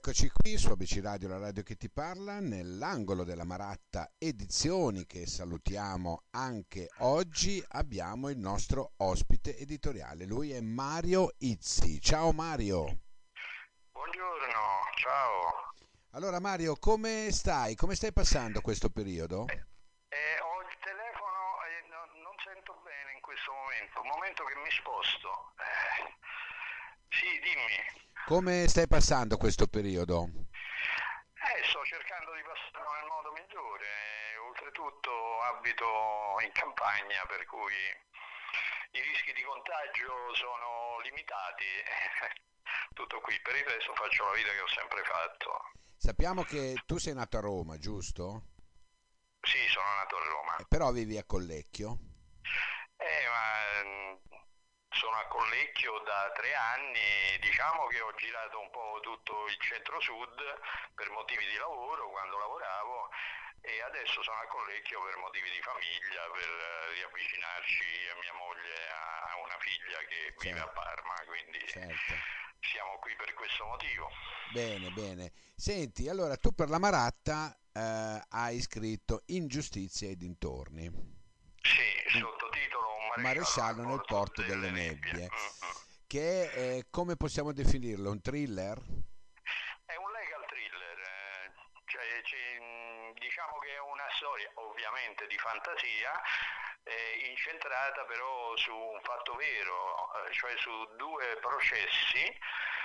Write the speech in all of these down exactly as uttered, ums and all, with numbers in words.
Eccoci qui su A B C Radio, la radio che ti parla, nell'angolo della Maratta Edizioni, che salutiamo anche oggi. Abbiamo il nostro ospite editoriale, lui è Mario Izzi. Ciao Mario. Buongiorno, ciao. Allora Mario, come stai? Come stai passando questo periodo? Eh, eh, ho il telefono e non, non sento bene in questo momento, un momento che mi sposto. Eh, sì, dimmi. Come stai passando questo periodo? Eh, sto cercando di passarlo nel modo migliore, eh, oltretutto abito in campagna, per cui i rischi di contagio sono limitati. Tutto qui, per il resto faccio la vita che ho sempre fatto. Sappiamo che tu sei nato a Roma, giusto? Sì, sono nato a Roma. Eh, però vivi a Collecchio. Eh, ma mh, sono a Collecchio da tre anni, diciamo che ho girato un po' tutto il centro-sud per motivi di lavoro quando lavoravo e adesso sono a Collecchio per motivi di famiglia, per eh, riavvicinarci a mia moglie, a a una figlia che vive a Certo, Parma, quindi certo. siamo qui per questo motivo. Bene, bene. Senti, allora tu per la Maratta eh, hai scritto Ingiustizia e dintorni. Sì, Un sottotitolo Un maresciallo maresciallo nel nel porto porto delle delle nebbie. nebbie, Mm, mm. che è, come possiamo definirlo? Un thriller? È un legal thriller, eh, cioè, ci- mh, diciamo che è una storia ovviamente di fantasia, eh, incentrata però su un fatto vero, eh, cioè su due processi,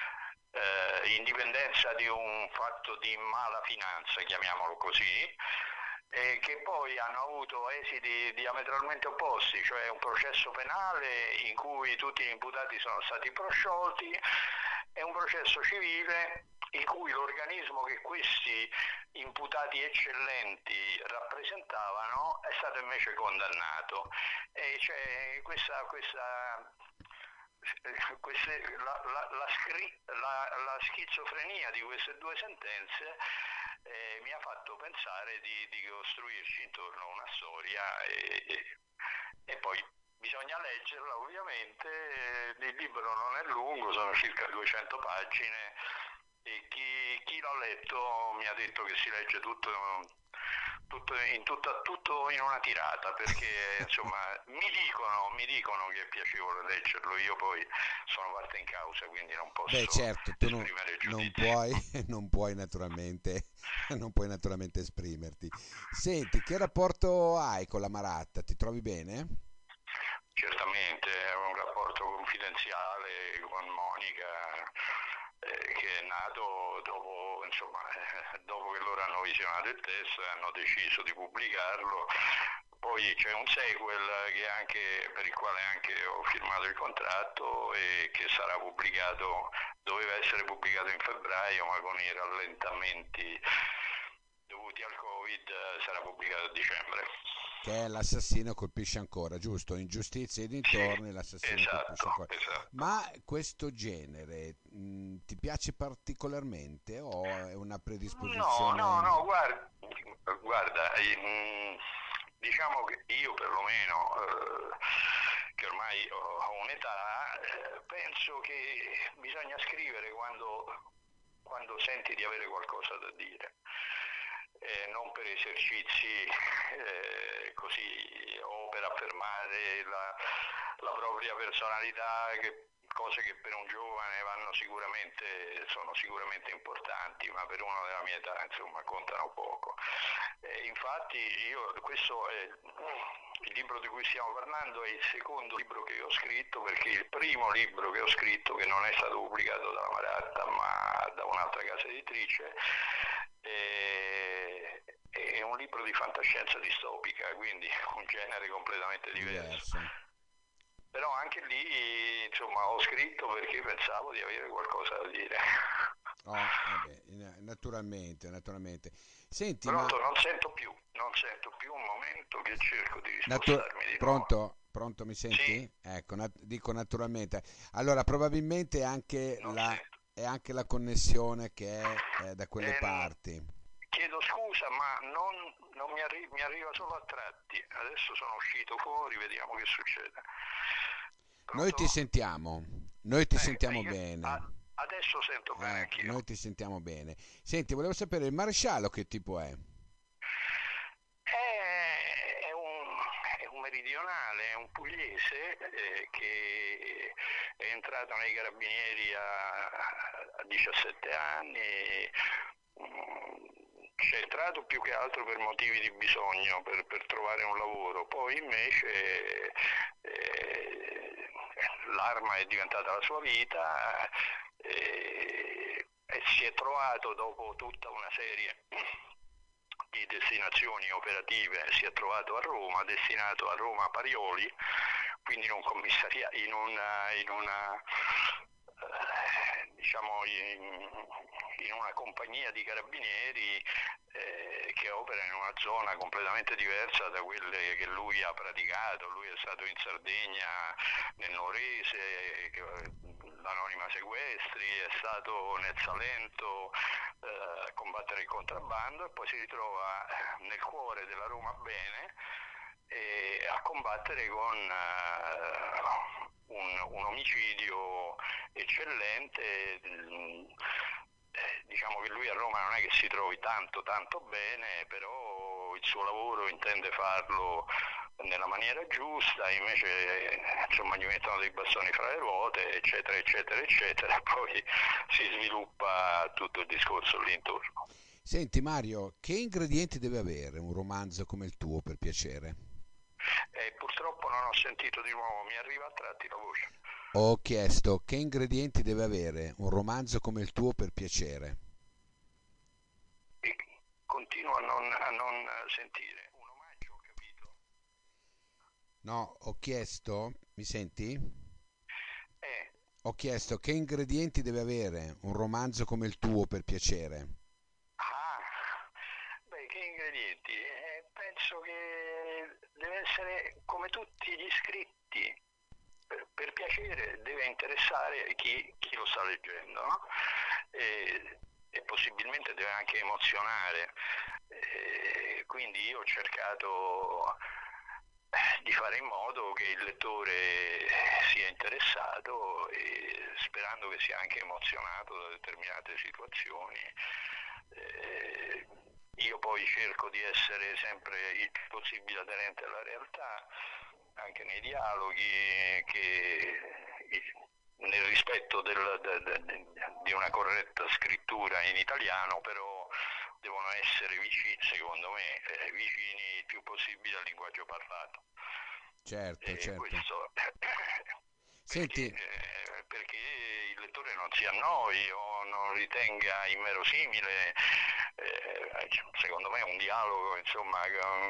eh, in dipendenza di un fatto di mala finanza, chiamiamolo così, eh, che poi hanno avuto esiti diametralmente opposti, cioè un processo penale in cui tutti gli imputati sono stati prosciolti e un processo civile in cui l'organismo che questi imputati eccellenti rappresentavano è stato invece condannato. E c'è questa, questa eh, queste- la, la- la scri- la- la schizofrenia di queste due sentenze eh, mi ha fatto pensare di, di costruirci intorno a una storia e, e- e poi bisogna leggerla ovviamente. Eh, il libro non è lungo, sono circa duecento pagine e chi, chi l'ha letto mi ha detto che si legge tutto, tutto in, tutta- tutto in una tirata, perché insomma mi dicono, mi dicono che è piacevole leggerlo, io poi sono parte in causa, quindi non Beh, posso certo, tu non, esprimere non giudizi. puoi, non puoi naturalmente, non puoi naturalmente esprimerti. Senti, che rapporto hai con la Maratta? Ti trovi bene? Certamente è un rapporto confidenziale con Monica, eh, che è nato dopo, insomma, eh, dopo che loro hanno visionato il testo e hanno deciso di pubblicarlo. Poi c'è un sequel che anche, per il quale anche ho firmato il contratto e che sarà pubblicato, doveva essere pubblicato in febbraio, ma con i rallentamenti dovuti al Covid eh, sarà pubblicato a dicembre. Che è l'assassino colpisce ancora, giusto? Ingiustizia e Sì, dintorni, l'assassino colpisce esatto, ancora. esatto. Ma questo genere mh, ti piace particolarmente o è una No, no, predisposizione? no, guarda, guarda, eh, mm, diciamo che io perlomeno, eh, che ormai ho ho un'età, eh, penso che bisogna scrivere quando, quando senti di avere qualcosa da dire, eh, non per esercizi eh, così o per affermare la, la propria personalità, che, cose che per un giovane vanno sicuramente, sono sicuramente importanti, ma per uno della mia età insomma contano poco. Eh, infatti io, questo è il libro di cui stiamo parlando, è il secondo libro che ho scritto, perché il primo libro che ho scritto, che non è stato pubblicato dalla Maratta ma da un'altra casa editrice, eh, è un libro di fantascienza distopica, quindi un genere completamente diverso. Diverso. Però anche lì, insomma, ho scritto perché pensavo di avere qualcosa da dire. Oh, eh beh, in- naturalmente, naturalmente. Senti, ma Pronto, non sento più, non sento più un momento che cerco di natu- spostarmi di nuovo. pronto? Pronto, mi Sì, senti? Ecco, nat- dico naturalmente. Allora, probabilmente è anche non la, sento. è anche la connessione che è eh, da quelle Ehm, parti. chiedo scusa, ma non, non mi, arri- mi arriva solo a tratti. Adesso sono uscito fuori, vediamo che succede. Noi ti Pronto? sentiamo, noi ti Eh, sentiamo io- a- bene. Adesso sento bene Eh, anch'io. noi ti sentiamo bene. Senti, volevo sapere il maresciallo che tipo è? È, è un, è un meridionale, è un pugliese eh, che è entrato nei carabinieri a, a diciassette anni. mm, C'è entrato più che altro per motivi di bisogno, per, per trovare un lavoro, poi invece eh, l'arma è diventata la sua vita eh, e si è trovato dopo tutta una serie di destinazioni operative, si è trovato a Roma, destinato a Roma Parioli, quindi in un commissariato, in una, in una eh, diciamo in, in una compagnia di carabinieri eh, che opera in una zona completamente diversa da quelle che lui ha praticato. Lui è stato in Sardegna, nel Nuorese, l'Anonima Sequestri, è stato nel Salento eh, a combattere il contrabbando e poi si ritrova nel cuore della Roma Bene eh, a combattere con eh, un, un omicidio eccellente. Eh, diciamo che lui a Roma non è che si trovi tanto tanto bene, però il suo lavoro intende farlo nella maniera giusta, invece insomma gli mettono dei bastoni fra le ruote, eccetera eccetera eccetera, poi si sviluppa tutto il discorso lì intorno. Senti Mario, che ingredienti deve avere un romanzo come il tuo per piacere? E purtroppo non ho sentito di nuovo, mi arriva a tratti la voce. Ho chiesto che ingredienti deve avere un romanzo come il tuo per piacere. E continuo a non, a non sentire. Un omaggio, ho capito. No, ho chiesto, mi senti? Eh, Ho chiesto che ingredienti deve avere un romanzo come il tuo per piacere. ah, beh, che ingredienti? Eh, penso che deve essere come tutti gli scritti. Per, per piacere deve interessare chi, chi lo sta leggendo, no? E, e possibilmente deve anche emozionare. E quindi io ho cercato di fare in modo che il lettore sia interessato e sperando che sia anche emozionato da determinate situazioni. Eh, io poi cerco di essere sempre il più possibile aderente alla realtà, anche nei dialoghi, che nel rispetto del, de, de, de, di una corretta scrittura in italiano, però devono essere vicini, secondo me, eh, vicini il più possibile al linguaggio parlato. Certo, E certo. questo Senti, perché, eh, perché il lettore non si annoi o non ritenga inverosimile, eh, secondo me un dialogo insomma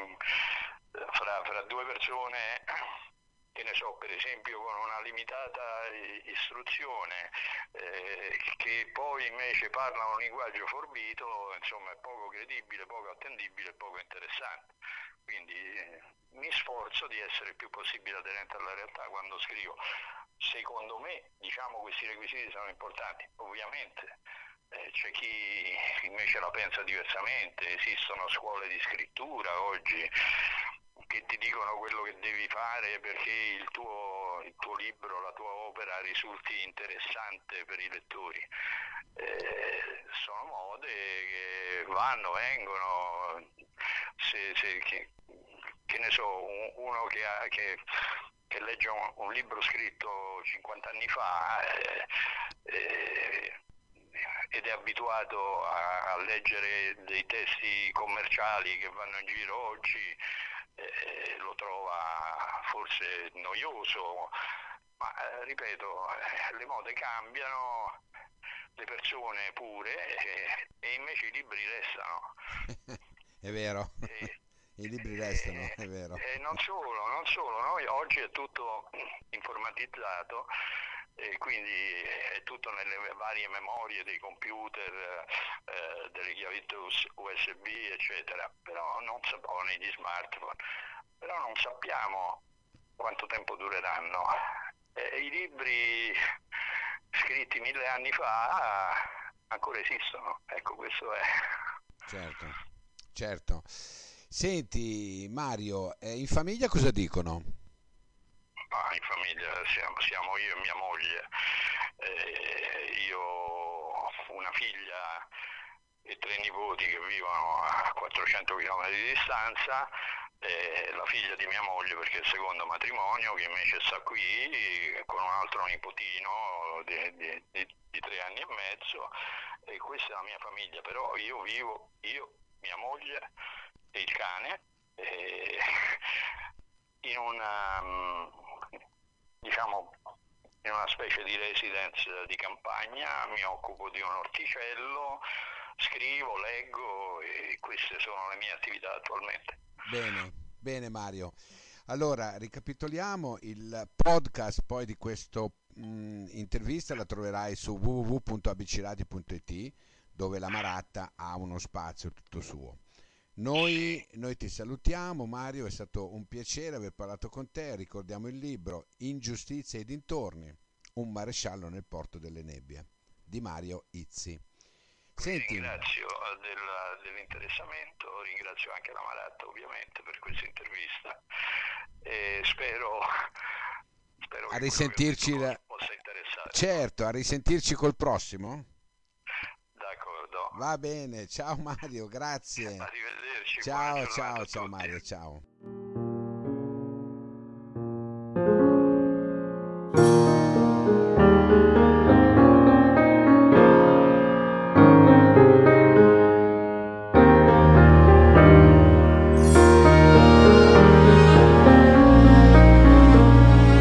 fra, fra due persone, che ne so, per esempio con una limitata istruzione, eh, che poi invece parlano un linguaggio forbito, insomma è poco credibile, poco attendibile, poco interessante. Quindi eh, mi sforzo di essere il più possibile aderente alla realtà quando scrivo. Secondo me, diciamo, questi requisiti sono importanti. Ovviamente eh, c'è chi invece la pensa diversamente, esistono scuole di scrittura oggi che ti dicono quello che devi fare perché il tuo, il tuo libro, la tua opera risulti interessante per i lettori. Eh, sono mode che vanno, vengono, se, se, che, che ne so, uno che, ha, che, che legge un, un libro scritto cinquanta anni fa eh, eh, ed è abituato a, a leggere dei testi commerciali che vanno in giro oggi, eh, lo trova forse noioso, ma eh, ripeto, eh, le mode cambiano, le persone pure, eh, e invece i libri restano. È vero, E, i libri restano, e, è vero. e non solo, non solo, no? Oggi è tutto informatizzato. E quindi è tutto nelle varie memorie dei computer, eh, delle chiavette U S B eccetera, però non sappiamo, negli smartphone, però non sappiamo quanto tempo dureranno. Eh, I libri scritti mille anni fa ancora esistono, ecco, questo è. Certo, certo. Senti Mario, eh, in famiglia cosa dicono? Ah, in famiglia siamo, siamo io e mia moglie. Eh, io figlia e tre nipoti che vivono a quattrocento chilometri di distanza, eh, la figlia di mia moglie perché è il secondo matrimonio, che invece sta qui con un altro nipotino di, di, di, di tre anni e mezzo, e questa è la mia famiglia. Però io vivo, io, mia moglie e il cane, eh, in una, diciamo, in una specie di residence di campagna. Mi occupo di un orticello, scrivo, leggo, e queste sono le mie attività attualmente. Bene, bene Mario. Allora, ricapitoliamo, il podcast poi di questa intervista la troverai su w w w punto a b c radio punto i t, dove la Maratta ha uno spazio tutto suo. Noi, noi ti salutiamo Mario, è stato un piacere aver parlato con te. Ricordiamo il libro Ingiustizia e dintorni, un maresciallo nel porto delle nebbie, di Mario Izzi. Senti, ringrazio del, dell'interessamento, ringrazio anche la Maratta ovviamente per questa intervista, e spero, spero a che risentirci la... possa interessare. Certo, a risentirci col prossimo. D'accordo. Va bene, ciao Mario, grazie. Arrivederci. Ciao, ciao, ciao Mario, ciao.